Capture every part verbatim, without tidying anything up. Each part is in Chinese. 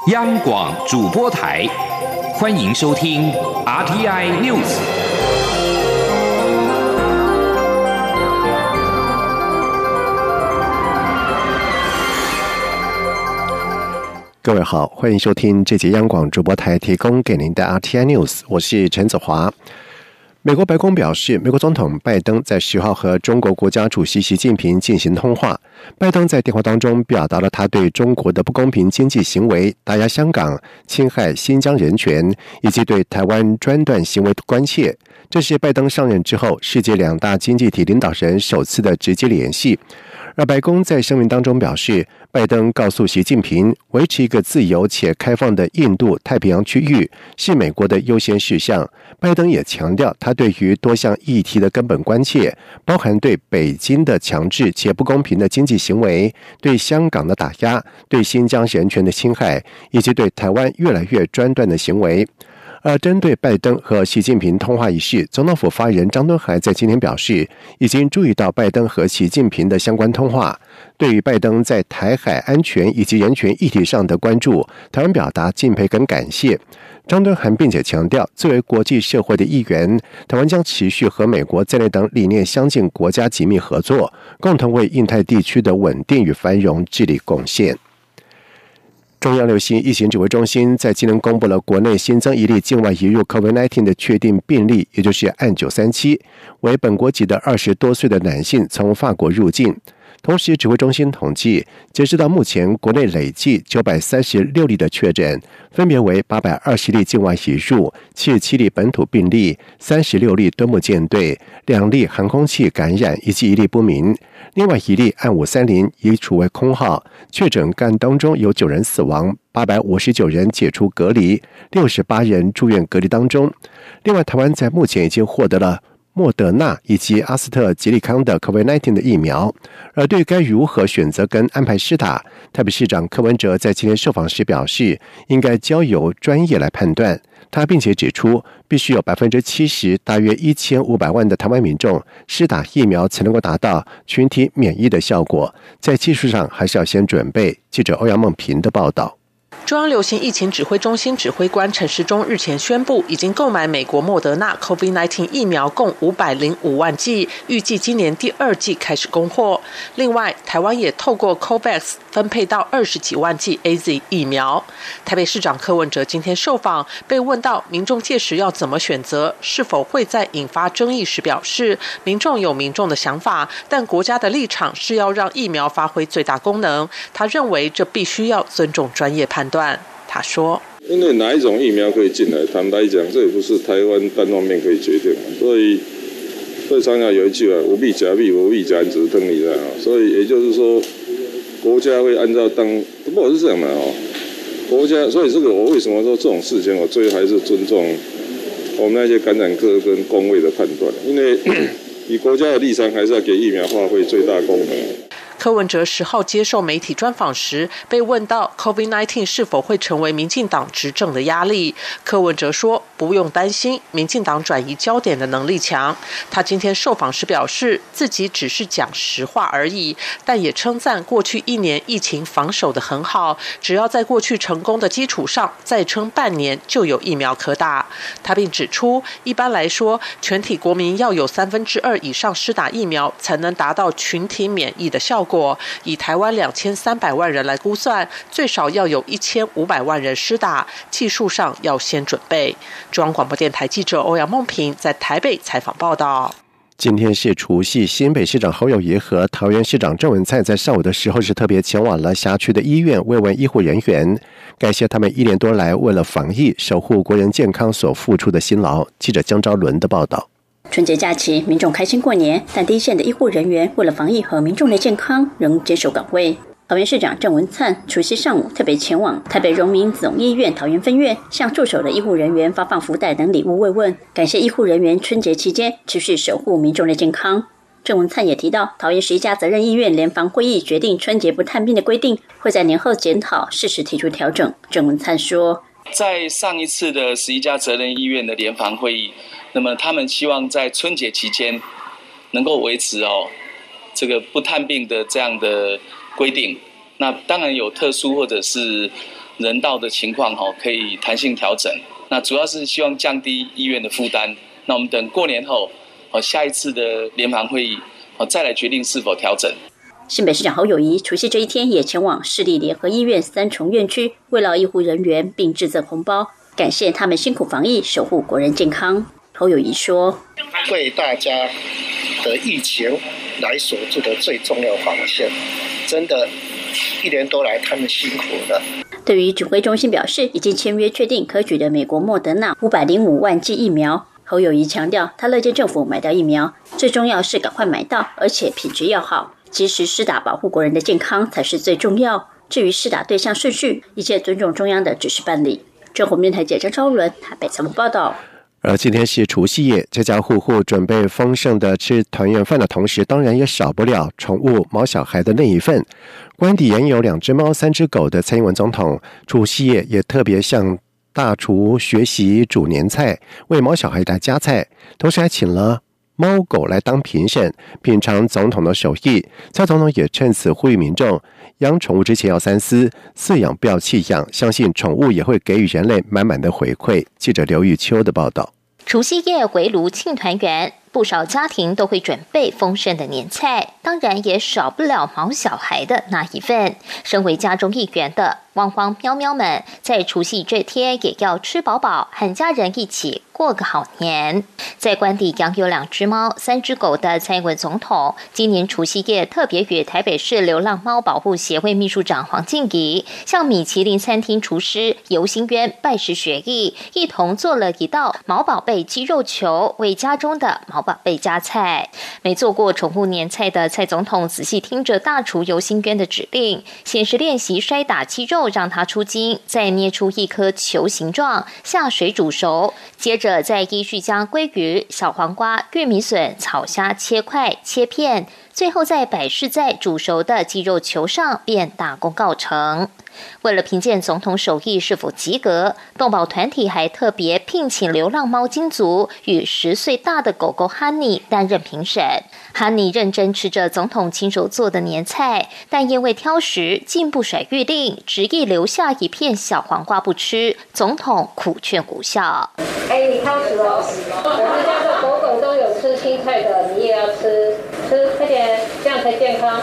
央广主播台，欢迎收听 R T I News。 各位好，欢迎收听这节央广主播台提供给您的 R T I News， 我是陈子华。美国白宫表示，美国总统拜登在十号和中国国家主席习近平进行通话。拜登在电话当中表达了他对中国的不公平经济行为、打压香港、侵害新疆人权以及对台湾专断行为的关切。这是拜登上任之后世界两大经济体领导人首次的直接联系。而白宫在声明当中表示，拜登告诉习近平，维持一个自由且开放的印度太平洋区域是美国的优先事项。拜登也强调他对于多项议题的根本关切，包含对北京的强制且不公平的经济行为、对香港的打压、对新疆人权的侵害，以及对台湾越来越专断的行为。而针对拜登和习近平通话一事，总统府发言人张敦涵在今天表示，已经注意到拜登和习近平的相关通话，对于拜登在台海安全以及人权议题上的关注，台湾表达敬佩跟感谢。张敦涵并且强调，作为国际社会的一员，台湾将持续和美国在内等理念相近国家紧密合作，共同为印太地区的稳定与繁荣致力贡献。中央流行疫情指挥中心在今天公布了国内新增一例境外移入 COVID 十九 的确定病例，也就是案九三七，为本国籍的二十多岁的男性，从法国入境。同时，指挥中心统计，截止到目前，国内累计九百三十六例的确诊，分别为八百二十例境外移入、七十七例本土病例、三十六例敦睦舰队、两例航空器感染以及一例不明。另外一例案五三零已处为空号，确诊个案当中有九人死亡，八百五十九人解除隔离，六十八人住院隔离当中。另外，台湾在目前已经获得了莫德纳以及阿斯特吉利康的 COVID 十九 的疫苗，而对该如何选择跟安排施打，台北市长柯文哲在今天受访时表示，应该交由专业来判断。他并且指出，必须有 百分之七十 大约一千五百万的台湾民众施打疫苗才能够达到群体免疫的效果，在技术上还是要先准备。记者欧阳梦平的报道。 中央流行疫情指挥中心指挥官陈时中日前宣布，已经购买美国莫德纳 COVID 十九 疫苗共五百零五万剂，预计今年第二季开始供货。另外，台湾也透过 COVAX 分配到二十几万剂 A Z 疫苗。台北市长柯文哲今天受访，被问到民众届时要怎么选择，是否会再引发争议时表示，民众有民众的想法，但国家的立场是要让疫苗发挥最大功能。他认为这必须要尊重专业判断。他说， 因为哪一种疫苗可以进来，坦白讲，这也不是台湾单方面可以决定，所以所以常常有一句啊，无必假必无必假只是等你的啊，所以也就是说，国家会按照当，不过是这样的哦，国家，所以这个我为什么说这种事情，我最后还是尊重我们那些感染科跟公卫的判断，因为以国家的立场，还是要给疫苗发挥最大功能。 柯文哲十号接受媒体专访时，被问到 COVID 十九 是否会成为民进党执政的压力，柯文哲说不用担心，民进党转移焦点的能力强。他今天受访时表示，自己只是讲实话而已，但也称赞过去一年疫情防守得很好，只要在过去成功的基础上再撑半年，就有疫苗可打。他并指出，一般来说，全体国民要有三分之二以上施打疫苗，才能达到群体免疫的效果。以台湾两千三百万人来估算，最少要有一千五百万人施打，技术上要先准备。中央广播电台记者欧阳梦平在台北采访报道。 今天是除夕，新北市长侯友宜和桃园市长郑文灿在上午的时候是特别前往了辖区的医院慰问医护人员，感谢他们一年多来为了防疫、守护国人健康所付出的辛劳。记者江昭伦的报道。 春节假期，民众开心过年，但第一线的医护人员为了防疫和民众的健康，仍坚守岗位。桃园市长郑文灿除夕上午特别前往台北荣民总医院桃园分院，向驻守的医护人员发放福袋等礼物慰问，感谢医护人员春节期间持续守护民众的健康。郑文灿也提到，桃园十一家责任医院联防会议决定春节不探病的规定，会在年后检讨，适时提出调整。郑文灿说， 在上一次的十一家责任医院的联防会议，那么他们希望在春节期间能够维持哦这个不探病的这样的规定。那当然有特殊或者是人道的情况哈，可以弹性调整。那主要是希望降低医院的负担。那我们等过年后，哦，下一次的联防会议，哦，再来决定是否调整。 新北市长侯友宜除夕这一天也前往市立联合医院三重院区，慰劳医护人员并致赠红包，感谢他们辛苦防疫，守护国人健康。侯友宜说：“ 为大家的疫情来守住的最重要防线，真的，一年多来他们辛苦了。” 对于指挥中心表示，已经签约确定可取的美国莫德纳五百零五万剂疫苗。侯友宜强调，他乐见政府买到疫苗，最重要是赶快买到，而且品质要好。及时施打，保护国人的健康才是最重要。至于施打对象顺序，一切尊重中央的指示办理。中国电台记者张超伦台北采访报道。 而今天是除夕夜，家家户户准备丰盛的吃团圆饭的同时，当然也少不了宠物毛小孩的那一份。官邸原有两只猫三只狗的蔡英文总统，除夕夜也特别向大厨学习煮年菜，为毛小孩来夹菜，同时还请了猫狗来当评审，品尝总统的手艺。蔡总统也趁此呼吁民众，养宠物之前要三思，饲养不要弃养，相信宠物也会给予人类满满的回馈。记者刘玉秋的报道。 除夕夜围炉庆团圆，不少家庭都会准备丰盛的年菜，当然也少不了毛小孩的那一份。身为家中一员的汪汪喵喵们，在除夕这天也要吃饱饱，和家人一起过个好年。在官邸养有两只猫、三只狗的蔡英文总统，今年除夕夜特别与台北市流浪猫保护协会秘书长黄静怡，向米其林餐厅厨师游新渊拜师学艺，一同做了一道毛宝贝鸡肉球，为家中的毛宝贝夹菜。没做过宠物年菜的蔡总统仔细听着大厨游新渊的指令，先是练习摔打鸡肉让它出筋，再捏出一颗球形状下水煮熟，接着再依序将鲑鱼、小黄瓜、玉米笋、草虾切块切片，最后再摆饰在煮熟的鸡肉球上，便大功告成。为了评鉴总统手艺是否及格，动保团体还特别聘请流浪猫金族与十岁大的狗狗 Honey 担任评审。Honey 认真吃着总统亲手做的年菜，但因为挑食，竟不甩预令，执意留下一片小黄瓜不吃。总统苦劝无效。 哎，你挑食哦！我们家的狗狗都有吃青菜的，你也要吃，吃快点，这样才健康。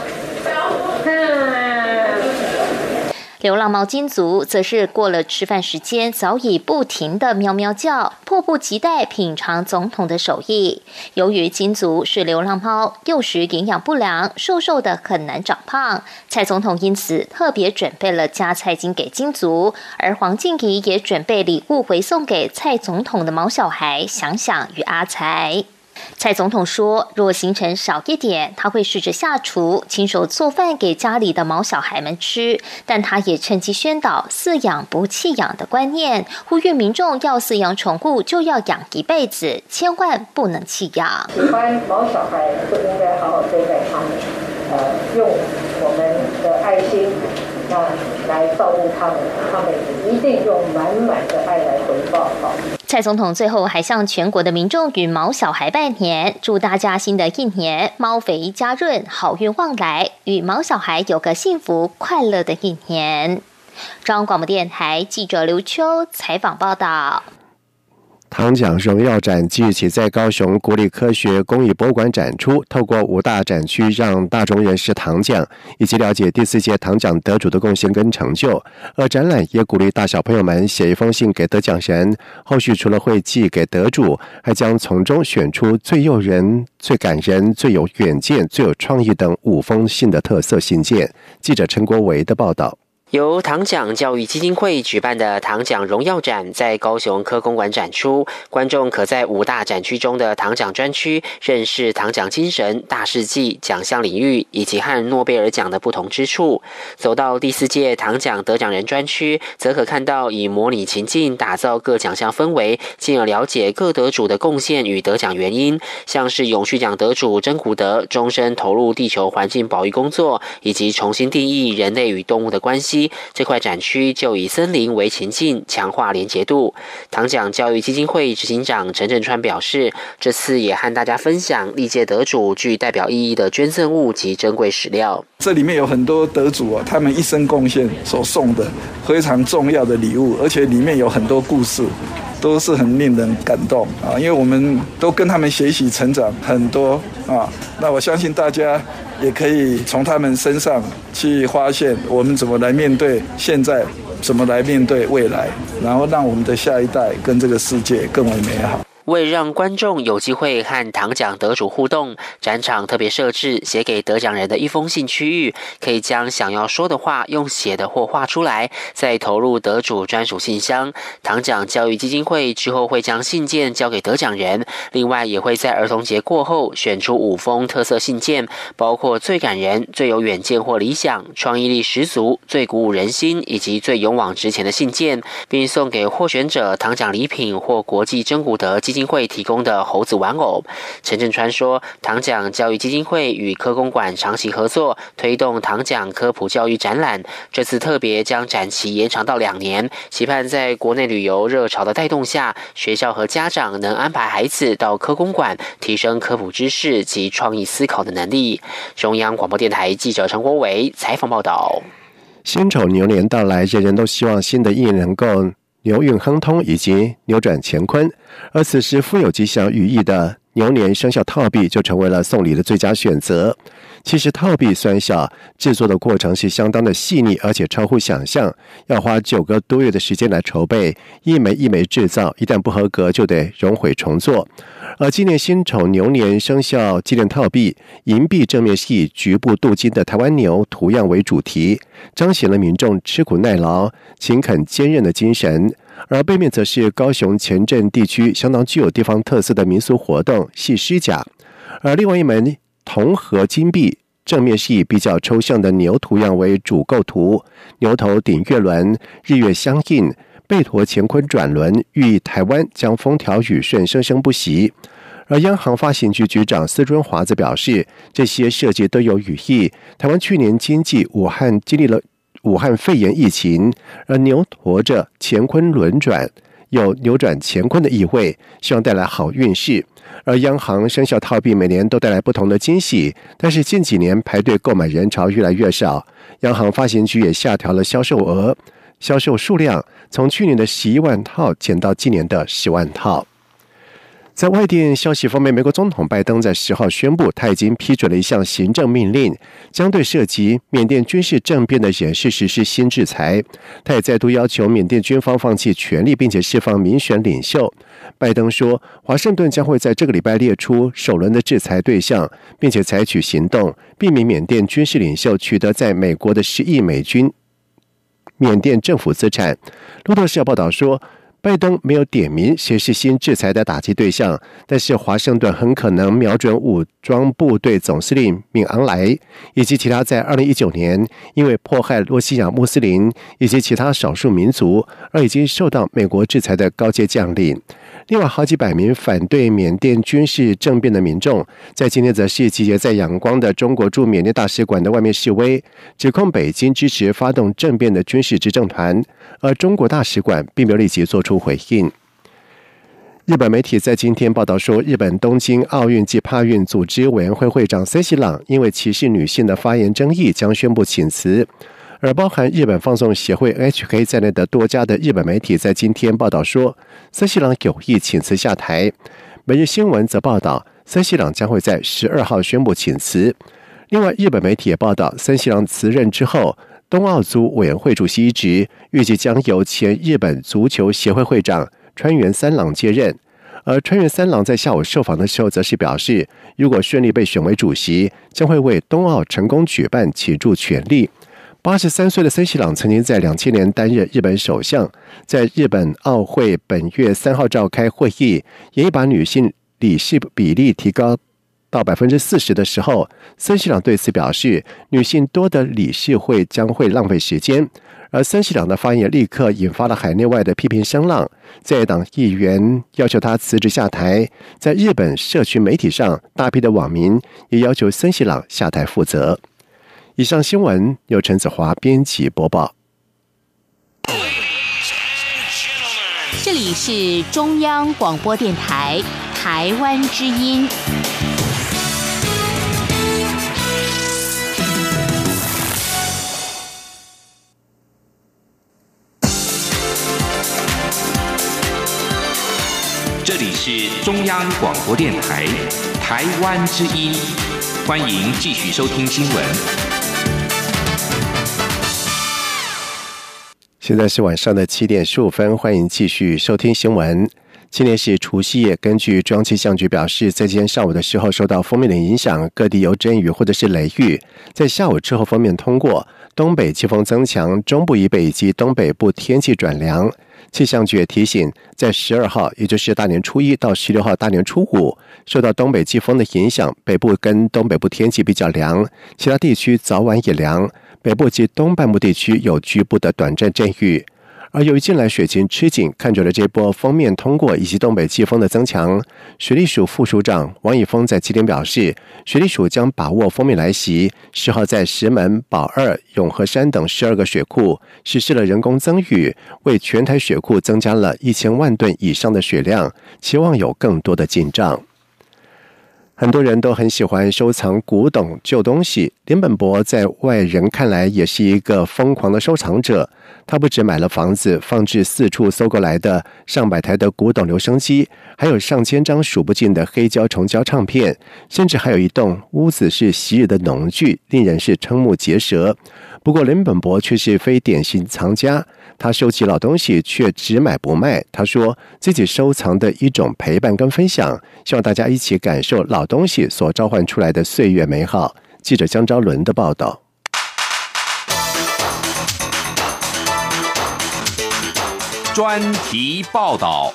流浪猫金族则是过了吃饭时间，早已不停的喵喵叫，迫不及待品尝总统的手艺。由于金族是流浪猫，幼时营养不良，瘦瘦的很难长胖，蔡总统因此特别准备了加菜金给金族，而黄静怡也准备礼物回送给蔡总统的毛小孩想想与阿财。蔡总统说，若行程少一点，他会试着下厨，亲手做饭给家里的毛小孩们吃。但他也趁机宣导饲养不弃养的观念，呼吁民众要饲养宠物就要养一辈子，千万不能弃养。 喜欢毛小孩就应该好好对待他们，呃，用我们的爱心那来照顾他们，他们一定用满满的爱来回报。好。 蔡总统最后还向全国的民众与毛小孩拜年，祝大家新的一年猫肥家润，好运旺来，与毛小孩有个幸福快乐的一年。中央广播电台记者刘秋采访报道。 糖奖荣耀展即日起在高雄国立科学工艺博物馆展出，透过五大展区让大众认识糖奖，以及了解第四届糖奖得主的贡献跟成就。而展览也鼓励大小朋友们写一封信给得奖人，后续除了会寄给得主，还将从中选出最诱人、最感人、最有远见、最有创意等五封信的特色信件。记者陈国维的报道。 由糖奖教育基金会举办的糖奖荣耀展在高雄科工馆展出，观众可在五大展区中的糖奖专区认识糖奖精神、大事记、奖项领域以及和诺贝尔奖的不同之处。走到第四届糖奖得奖人专区，则可看到以模拟情境打造各奖项氛围，进而了解各得主的贡献与得奖原因，像是永续奖得主珍古德终身投入地球环境保育工作，以及重新定义人类与动物的关系。 期，这块展区就以森林为情境，强化连结度。唐奖教育基金会执行长陈振川表示，这次也和大家分享历届得主具代表意义的捐赠物及珍贵史料。 这里面有很多得主啊，他们一生贡献所送的非常重要的礼物，而且里面有很多故事，都是很令人感动啊！因为我们都跟他们学习成长很多啊，那我相信大家也可以从他们身上去发现我们怎么来面对现在，怎么来面对未来，然后让我们的下一代跟这个世界更为美好。 为让观众有机会和唐奖得主互动，展场特别设置写给得奖人的一封信区域，可以将想要说的话用写的或画出来，再投入得主专属信箱。唐奖教育基金会之后会将信件交给得奖人，另外也会在儿童节过后选出五封特色信件，包括最感人、最有远见或理想、创意力十足、最鼓舞人心以及最勇往直前的信件，并送给获选者唐奖礼品或国际真古德基金会提供的猴子玩偶。陈振川说，唐奖教育基金会与科公馆长期合作，推动唐奖科普教育展览，这次特别将展期延长到两年，期盼在国内旅游热潮的带动下，学校和家长能安排孩子到科公馆，提升科普知识及创意思考的能力。中央广播电台记者陈国维采访报道。 辛丑牛年到来，人人都希望新的一年能够牛运亨通以及扭转乾坤，而此时富有吉祥寓意的牛年生肖套币就成为了送礼的最佳选择。其实套币虽然小，制作的过程是相当的细腻，而且超乎想象，要花九个多月的时间来筹备，一枚一枚制造，一旦不合格就得熔毁重做。而今年辛丑牛年生肖纪念套币，银币正面是以局部镀金的台湾牛图样为主题，彰显了民众吃苦耐劳、勤恳坚韧的精神。而背面则是高雄前镇地区相当具有地方特色的民俗活动戏狮甲，而另外一枚铜合金币正面是以比较抽象的牛图样为主构图，牛头顶月轮，日月相应，背驮乾坤转轮，寓意台湾将风调雨顺，生生不息。而央行发行局局长司尊华则表示，这些设计都有寓意。台湾去年经济武汉经历了武汉肺炎疫情，而牛驮着乾坤轮转，有扭转乾坤的意味，希望带来好运势。而央行生肖套币每年都带来不同的惊喜，但是近几年排队购买人潮越来越少，央行发行局也下调了销售额、销售数量，从去年的十一万套减到今年的十万套。在外电消息方面，美国总统拜登在十号宣布，他已经批准了一项行政命令，将对涉及缅甸军事政变的人士实施新制裁。他也再度要求缅甸军方放弃权力，并且释放民选领袖。拜登说，华盛顿将会在这个礼拜列出首轮的制裁对象，并且采取行动，避免缅甸军事领袖取得在美国的十亿美军缅甸政府资产。路透社报道说，拜登没有点名谁是新制裁的打击对象，但是华盛顿很可能瞄准武装部队总司令敏昂莱以及其他在二零一九年因为迫害罗西亚穆斯林以及其他少数民族而已经受到美国制裁的高阶将领。另外，好几百名反对缅甸军事政变的民众在今天则是集结在仰光的中国驻缅甸大使馆的外面示威，指控北京支持发动政变的军事执政团，而中国大使馆并没有立即做出回应。日本媒体在今天报道说，日本东京奥运及帕运组织委员会会长森喜朗因为歧视女性的发言争议将宣布请辞。而包含日本放送协会 N H K 在内的多家的日本媒体在今天报道说，森喜朗有意请辞下台。每日新闻则报道，森喜朗将会在十二号宣布请辞。另外，日本媒体也报道，森喜朗辞任之后，东奥组委员会主席一职预计将由前日本足球协会会长川原三郎接任。而川原三郎在下午受访的时候则是表示，如果顺利被选为主席，将会为冬奥成功举办倾注全力。八十三岁的森喜朗曾经在两千年担任日本首相，在日本奥会本月三号召开会议，也已把女性理事比例提高到百分之四十的时候，森喜朗对此表示，女性多的理事会将会浪费时间。而森喜朗的发言立刻引发了海内外的批评声浪，在野党议员要求他辞职下台，在日本社群媒体上，大批的网民也要求森喜朗下台负责。以上新闻由陈子华编辑播报。 这里是中央广播电台台湾之音。 这里是中央广播电台台湾之音，欢迎继续收听新闻。 现在是晚上的七点十五分，欢迎继续收听新闻。今年是除夕夜，根据中央气象局表示，在今天上午的时候受到锋面的影响，各地有阵雨或者是雷雨。在下午之后锋面通过，东北季风增强，中部以北以及东北部天气转凉。气象局也提醒，在十二号，也就是大年初一到十六号大年初五，受到东北季风的影响，北部跟东北部天气比较凉，其他地区早晚也凉，北部及东半部地区有局部的短暂阵雨。而由于近来水情吃紧，看准了这波锋面通过以及东北季风的增强，水利署副署长王以峰在今天表示，水利署将把握锋面来袭，十号在石门、宝二、永和山等十二个水库实施了人工增雨，为全台水库增加了一千万吨以上的水量，期望有更多的进账。很多人都很喜欢收藏古董旧东西，林本博在外人看来也是一个疯狂的收藏者。他不只买了房子，放置四处搜过来的上百台的古董留声机，还有上千张数不尽的黑胶重胶唱片，甚至还有一栋屋子是昔日的农具，令人是瞠目结舌。不过林本博却是非典型藏家，他收集老东西却只买不卖。他说自己收藏的一种陪伴跟分享，希望大家一起感受老东西所召唤出来的岁月美好。记者江昭伦的报道。 专题报道。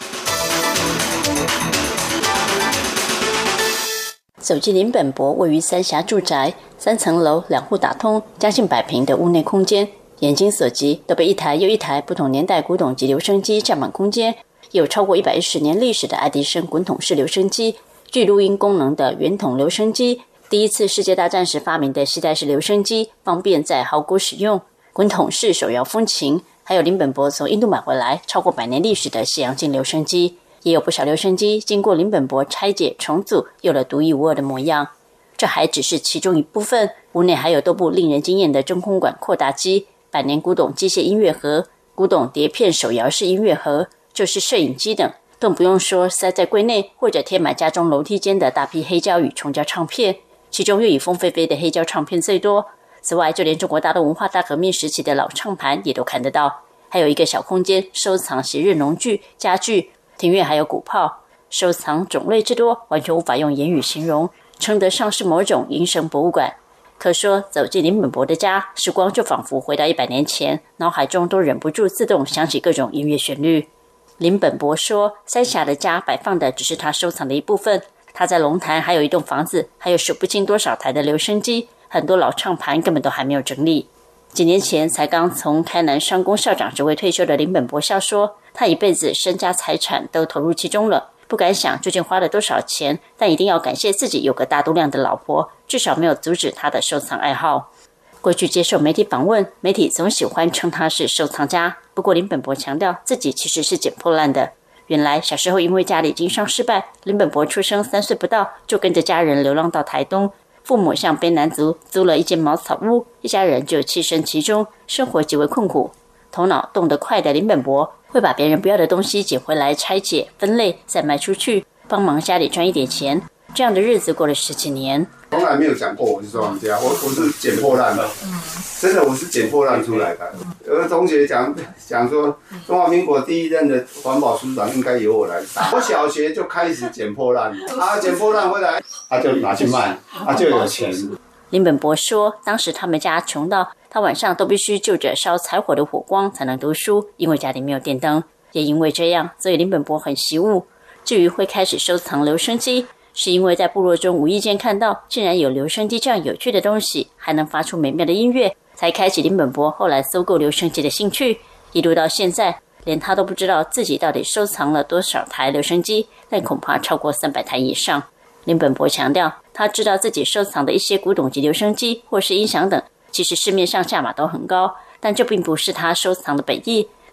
走进林本博位于三峡住宅，三层楼两户打通，将近百平的屋内空间，眼睛所及都被一台又一台不同年代古董及留声机占满空间。也有超过一百一十年历史的爱迪生滚筒式留声机，具录音功能的圆筒留声机，第一次世界大战时发明的携带式留声机，方便在壕谷使用，滚筒式手摇风琴，还有林本博从印度买回来超过百年历史的西洋镜留声机。也有不少留声机经过林本博拆解重组，有了独一无二的模样。这还只是其中一部分，屋内还有多部令人惊艳的真空管扩大机、百年古董机械音乐盒、古董碟片手摇式音乐盒，就是摄影机等，更不用说塞在柜内或者贴满家中楼梯间的大批黑胶与重胶唱片，其中又以凤飞飞的黑胶唱片最多。此外，就连中国大陆文化大革命时期的老唱盘也都看得到。还有一个小空间收藏昔日农具、家具，庭院还有鼓炮，收藏种类之多，完全无法用言语形容，称得上是某种营生博物馆。可说走进林本博的家，时光就仿佛回到一百年前，脑海中都忍不住自动想起各种音乐旋律。林本博说，三峡的家摆放的只是他收藏的一部分，他在龙潭还有一栋房子，还有数不清多少台的留声机，很多老唱盘根本都还没有整理。几年前才刚从开南商工校长职位退休的林本博笑说，他一辈子身家财产都投入其中了，不敢想究竟花了多少钱，但一定要感谢自己有个大度量的老婆，至少没有阻止他的收藏爱好。过去接受媒体访问，媒体总喜欢称他是收藏家，不过林本博强调自己其实是捡破烂的。原来小时候因为家里经商失败，林本博出生三岁不到就跟着家人流浪到台东，父母向卑南族租了一间茅草屋，一家人就栖身其中，生活极为困苦。头脑动得快的林本博会把别人不要的东西捡回来拆解分类再卖出去，帮忙家里赚一点钱。这样的日子过了十几年， 从来没有讲过我是收藏家，我我是捡破烂的，真的我是捡破烂出来的。有的同学讲讲说，中华民国第一任的环保署长应该由我来当。我小学就开始捡破烂，啊，捡破烂回来，他、啊、就拿去卖，他、啊、就有钱。 林本博说，当时他们家穷到他晚上都必须就着烧柴火的火光才能读书，因为家里没有电灯。也因为这样，所以林本博很习武。至于会开始收藏留声机，是因为在部落中无意间看到竟然有留声机这样有趣的东西，还能发出美妙的音乐，才开启林本博后来搜购留声机的兴趣。一路到现在，连他都不知道自己到底收藏了多少台留声机，但恐怕超过三百台以上。林本博强调，他知道自己收藏的一些古董级留声机或是音响等，其实市面上价码都很高，但这并不是他收藏的本意。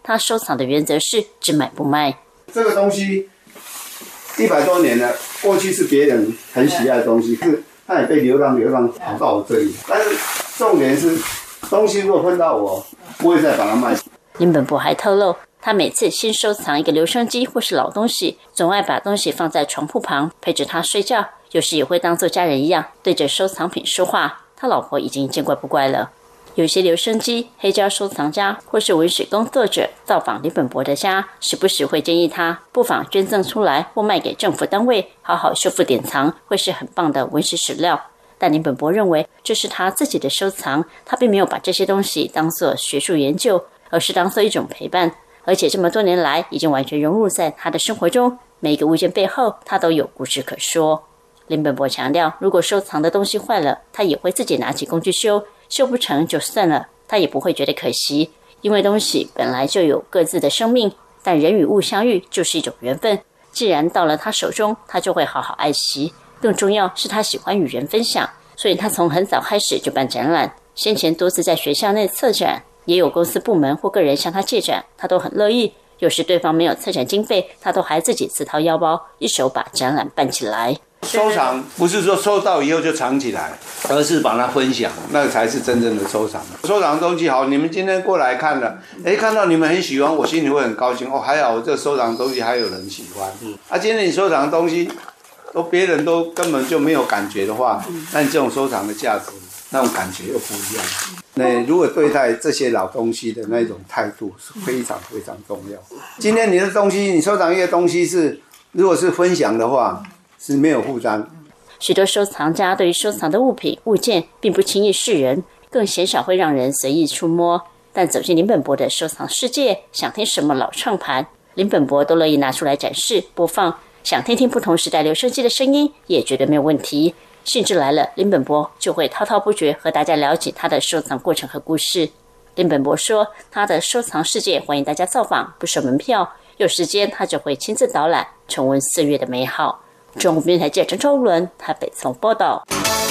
他收藏的原则是只买不卖。 这个东西一百多年了，过去是别人很喜爱的东西，是它也被流浪流浪跑到我这里。但是重点是，东西如果碰到我，不会再把它卖。 林本博还透露，他每次新收藏一个留声机或是老东西，总爱把东西放在床铺旁陪着他睡觉，有时也会当作家人一样对着收藏品说话。他老婆已经见怪不怪了。有些留声机黑胶收藏家或是文史工作者造访林本博的家，时不时会建议他不妨捐赠出来或卖给政府单位，好好修复典藏，会是很棒的文史史料。但林本博认为这是他自己的收藏，他并没有把这些东西当作学术研究，而是当作一种陪伴，而且这么多年来已经完全融入在他的生活中，每一个物件背后他都有故事可说。林本博强调，如果收藏的东西坏了，他也会自己拿起工具修，修不成就算了，他也不会觉得可惜，因为东西本来就有各自的生命，但人与物相遇就是一种缘分，既然到了他手中，他就会好好爱惜。更重要是他喜欢与人分享，所以他从很早开始就办展览，先前多次在学校内策展，也有公司部门或个人向他借展，他都很乐意。有时对方没有策展经费，他都还自己自掏腰包，一手把展览办起来。 收藏不是说收到以后就藏起来，而是把它分享，那才是真正的收藏。收藏的东西好，你们今天过来看了，哎，看到你们很喜欢，我心里会很高兴哦。还好我这收藏的东西还有人喜欢。嗯，啊，今天你收藏的东西，都别人都根本就没有感觉的话，那你这种收藏的价值，那种感觉又不一样。那如果对待这些老东西的那种态度是非常非常重要。今天你的东西，你收藏一个东西是，如果是分享的话，是没有负担。 许多收藏家对于收藏的物品物件并不轻易示人，更鲜少会让人随意触摸。但走进林本博的收藏世界，想听什么老唱盘，林本博都乐意拿出来展示播放。想听听不同时代留声机的声音，也绝对没有问题。兴致来了，林本博就会滔滔不绝和大家了解他的收藏过程和故事。林本博说，他的收藏世界欢迎大家造访，不收门票，有时间他就会亲自导览，重温岁月的美好。中国电台记者陈昭伦台北从报道。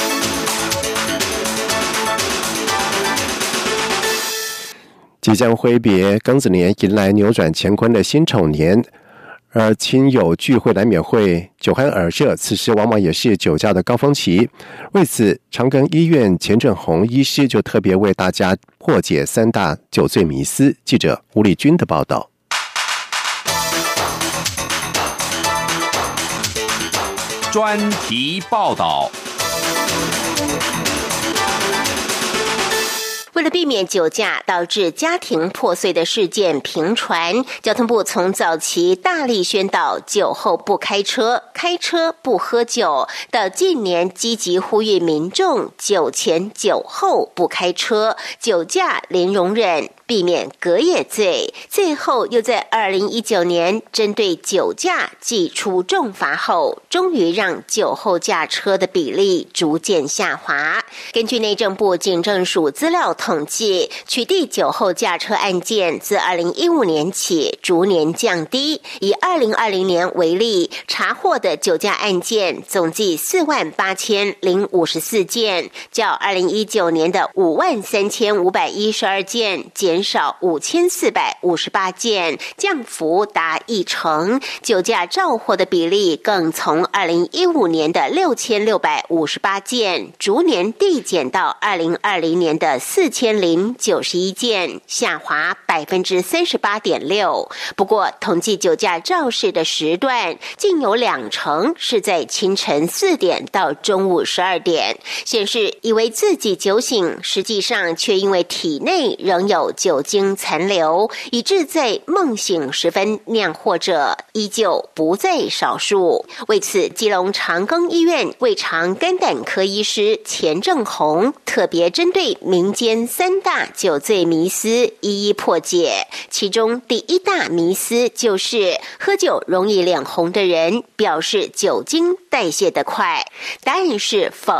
即将挥别庚子年，迎来扭转乾坤的辛丑年，而亲友聚会难免会酒酣耳热，此时往往也是酒驾的高峰期。为此，长庚医院钱正宏医师就特别为大家破解三大酒醉迷思。记者吴丽君的报道。 专题报道。 为了避免酒驾导致家庭破碎的事件频传，交通部从早期大力宣导酒后不开车、开车不喝酒，到近年积极呼吁民众酒前酒后不开车，酒驾零容忍，避免隔夜醉，最后又在二零一九年针对酒驾祭出重罚后，终于让酒后驾车的比例逐渐下滑。根据内政部警政署资料统计，取缔酒后驾车案件自二零一五年起逐年降低。以二零二零年为例，查获的酒驾案件总计四万八千零五十四件，较二零一九年的五万三千五百一十二件减少五千四百五十八件，降幅达一成。酒驾肇获的比例更从二零一五年的六千六百五十八件，逐年递减到二零二零年的四千零九十一件，下滑百分之三十八点六。不过，统计酒驾肇事的时段，竟有两成是在清晨四点到中午十二点，显示以为自己酒醒，实际上却因为体内仍有酒精残留，以致在梦醒时分酿祸者依旧不在少数。为此，基隆长庚医院胃肠肝胆科医师钱正宏特别针对民间三大酒醉迷思一一破解。其中第一大迷思就是喝酒容易脸红的人表示酒精代谢得快，答案是否。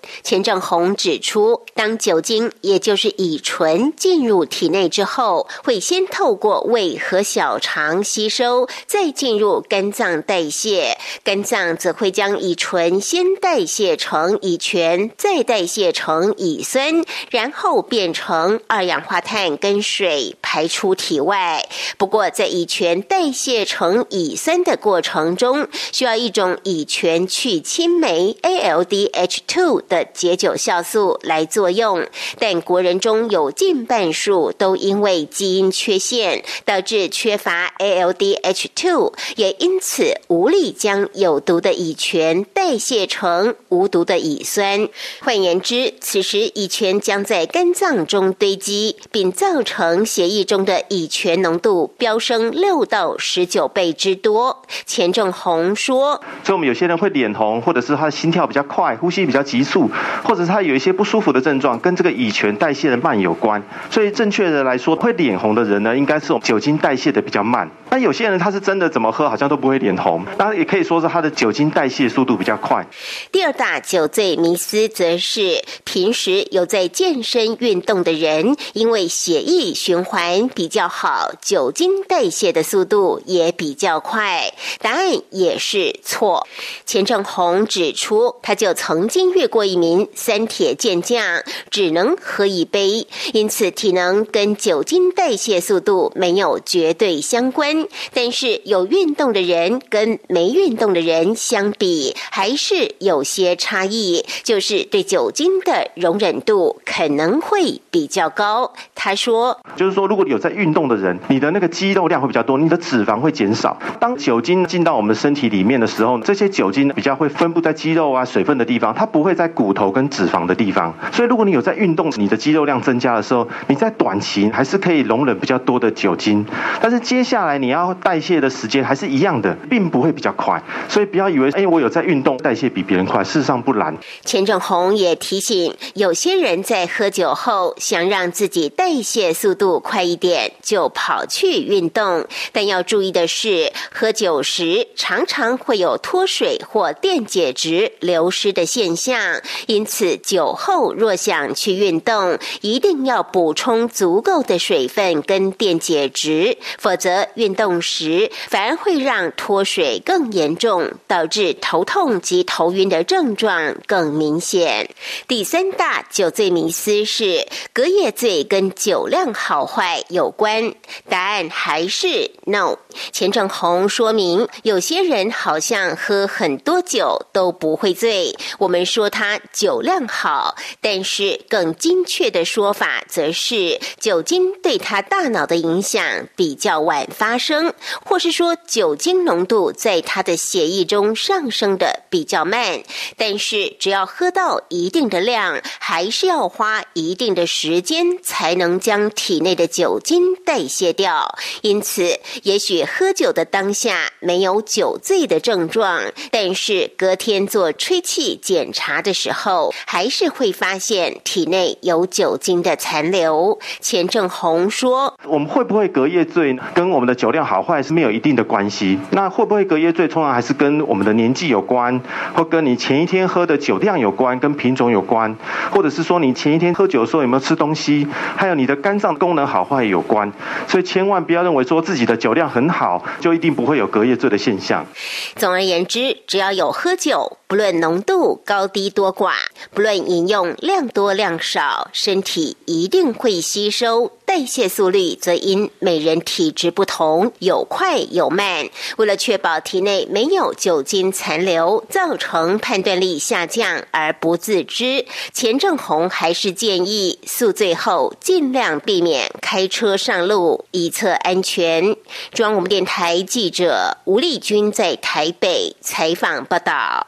钱正宏指出，当酒精也就是乙醇进入体内之后，会先透过胃和小肠吸收，再进入肝脏代谢，肝脏则会将乙醇先代谢成乙醛，再代谢成乙酸，然后变成二氧化碳跟水排出体外。不过在乙醛代谢成乙酸的过程中，需要一种乙醛去氢酶 A L D H 二 的解酒酵素来作用，但国人中有近半数都因为基因缺陷导致缺乏 A L D H 二， 也因此无力将有毒的乙醛代谢成无毒的乙酸。换言之，此时乙醛将在肝脏中堆积，并造成血液中的乙醛浓度飙升六到十九倍之多。钱正宏说， 所以我们有些人会脸红，或者是他的心跳比较快，呼吸比较急促，或者是他有一些不舒服的症状，跟这个乙醛代谢的慢有关。所以正确的来说，会脸红的人呢，应该是酒精代谢的比较慢。那有些人他是真的怎么喝好像都不会脸红，当然也可以说是他的酒精代谢速度比较快。 第二大酒醉迷思则是平时有在健身运动的人，因为血液循环比较好，酒精代谢的速度也比较快。答案也是错。钱正宏指出，他就曾经遇过一名三铁健将，只能喝一杯，因此体能跟酒精代谢速度没有绝对相关，但是有运动的人跟没运动的人相比，还是有些差异，就是对酒精的容忍度可能会比较高。他说， 就是说如果有在运动的人，你的那个肌肉量会比较多，你的脂肪会减少。当酒精进到我们身体里面的时候，这些酒精比较会分布在肌肉啊、水分的地方，它不会在骨头跟脂肪的地方。所以如果你有在运动，你的肌肉量增加的时候，你在短期还是可以容忍比较多的酒精，但是接下来你要代谢的时间还是一样的，并不会比较快。所以不要以为哎，我有在运动，代谢比别人快，事实上不然。 钱正宏也提醒，有些人在喝酒后想让自己代谢速度快一点，就跑去运动，但要注意的是，喝酒时常常会有脱水或电解质流失的现象，因此酒后若想去运动，一定要补充足够的水分跟电解质，否则运动时反而会让脱水更严重，导致头痛及头晕的症状更明显。第三大酒醉迷思是隔夜醉跟酒量好坏有关，答案还是 no。 钱正宏说明，有些人好像喝很多酒都不会醉，我们说他酒量好，但是更精确的说法则是酒精对他大脑的影响比较晚发生，或是说酒精浓度在他的血液中上升的比较慢，但是只要喝到一定的量，还是要花一定的时间才能将体内的酒精代谢掉。因此也许喝酒的当下没有酒醉的症状，但是隔天做吹气检查的时候，还是会发现体内有酒精的残留。钱正宏说， 我们会不会隔夜醉跟我们的酒量好坏是没有一定的关系，那会不会隔夜醉通常还是跟我们的年纪有关，或跟你前一天喝的酒量有关，跟品种有关，或者是说你前一天喝酒的时候有没有吃东西，还有你的肝脏功能好坏有关。所以千万不要认为说自己的酒量很好就一定不会有隔夜醉的现象。 总而言之，只要有喝酒，不论浓度高低多寡，不论饮用量多量少，身体一定会吸收，代谢速率则因每人体质不同，有快有慢。为了确保体内没有酒精残留，造成判断力下降而不自知，钱正宏还是建议宿醉后尽量避免开车上路，以策安全。中央广播电台记者吴丽君在台北采访报道。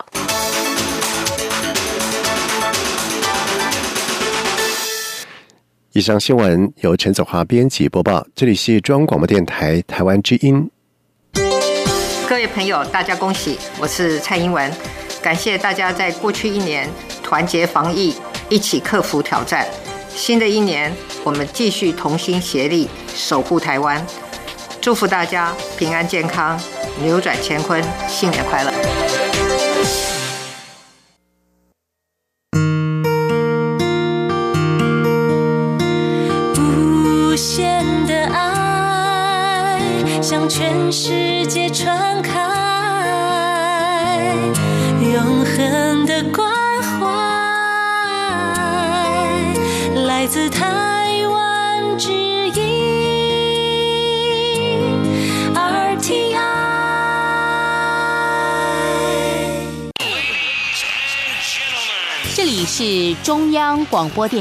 以上新闻由陈子华编辑播报，这里是中央广播电台台湾之音。 各位朋友，大家恭喜，我是蔡英文，感谢大家在过去一年团结防疫，一起克服挑战。新的一年，我们继续同心协力守护台湾，祝福大家平安健康，扭转乾坤，新年快乐。 向全世界传开，永恒的关怀来自台湾之音 R T I。 这里是中央广播电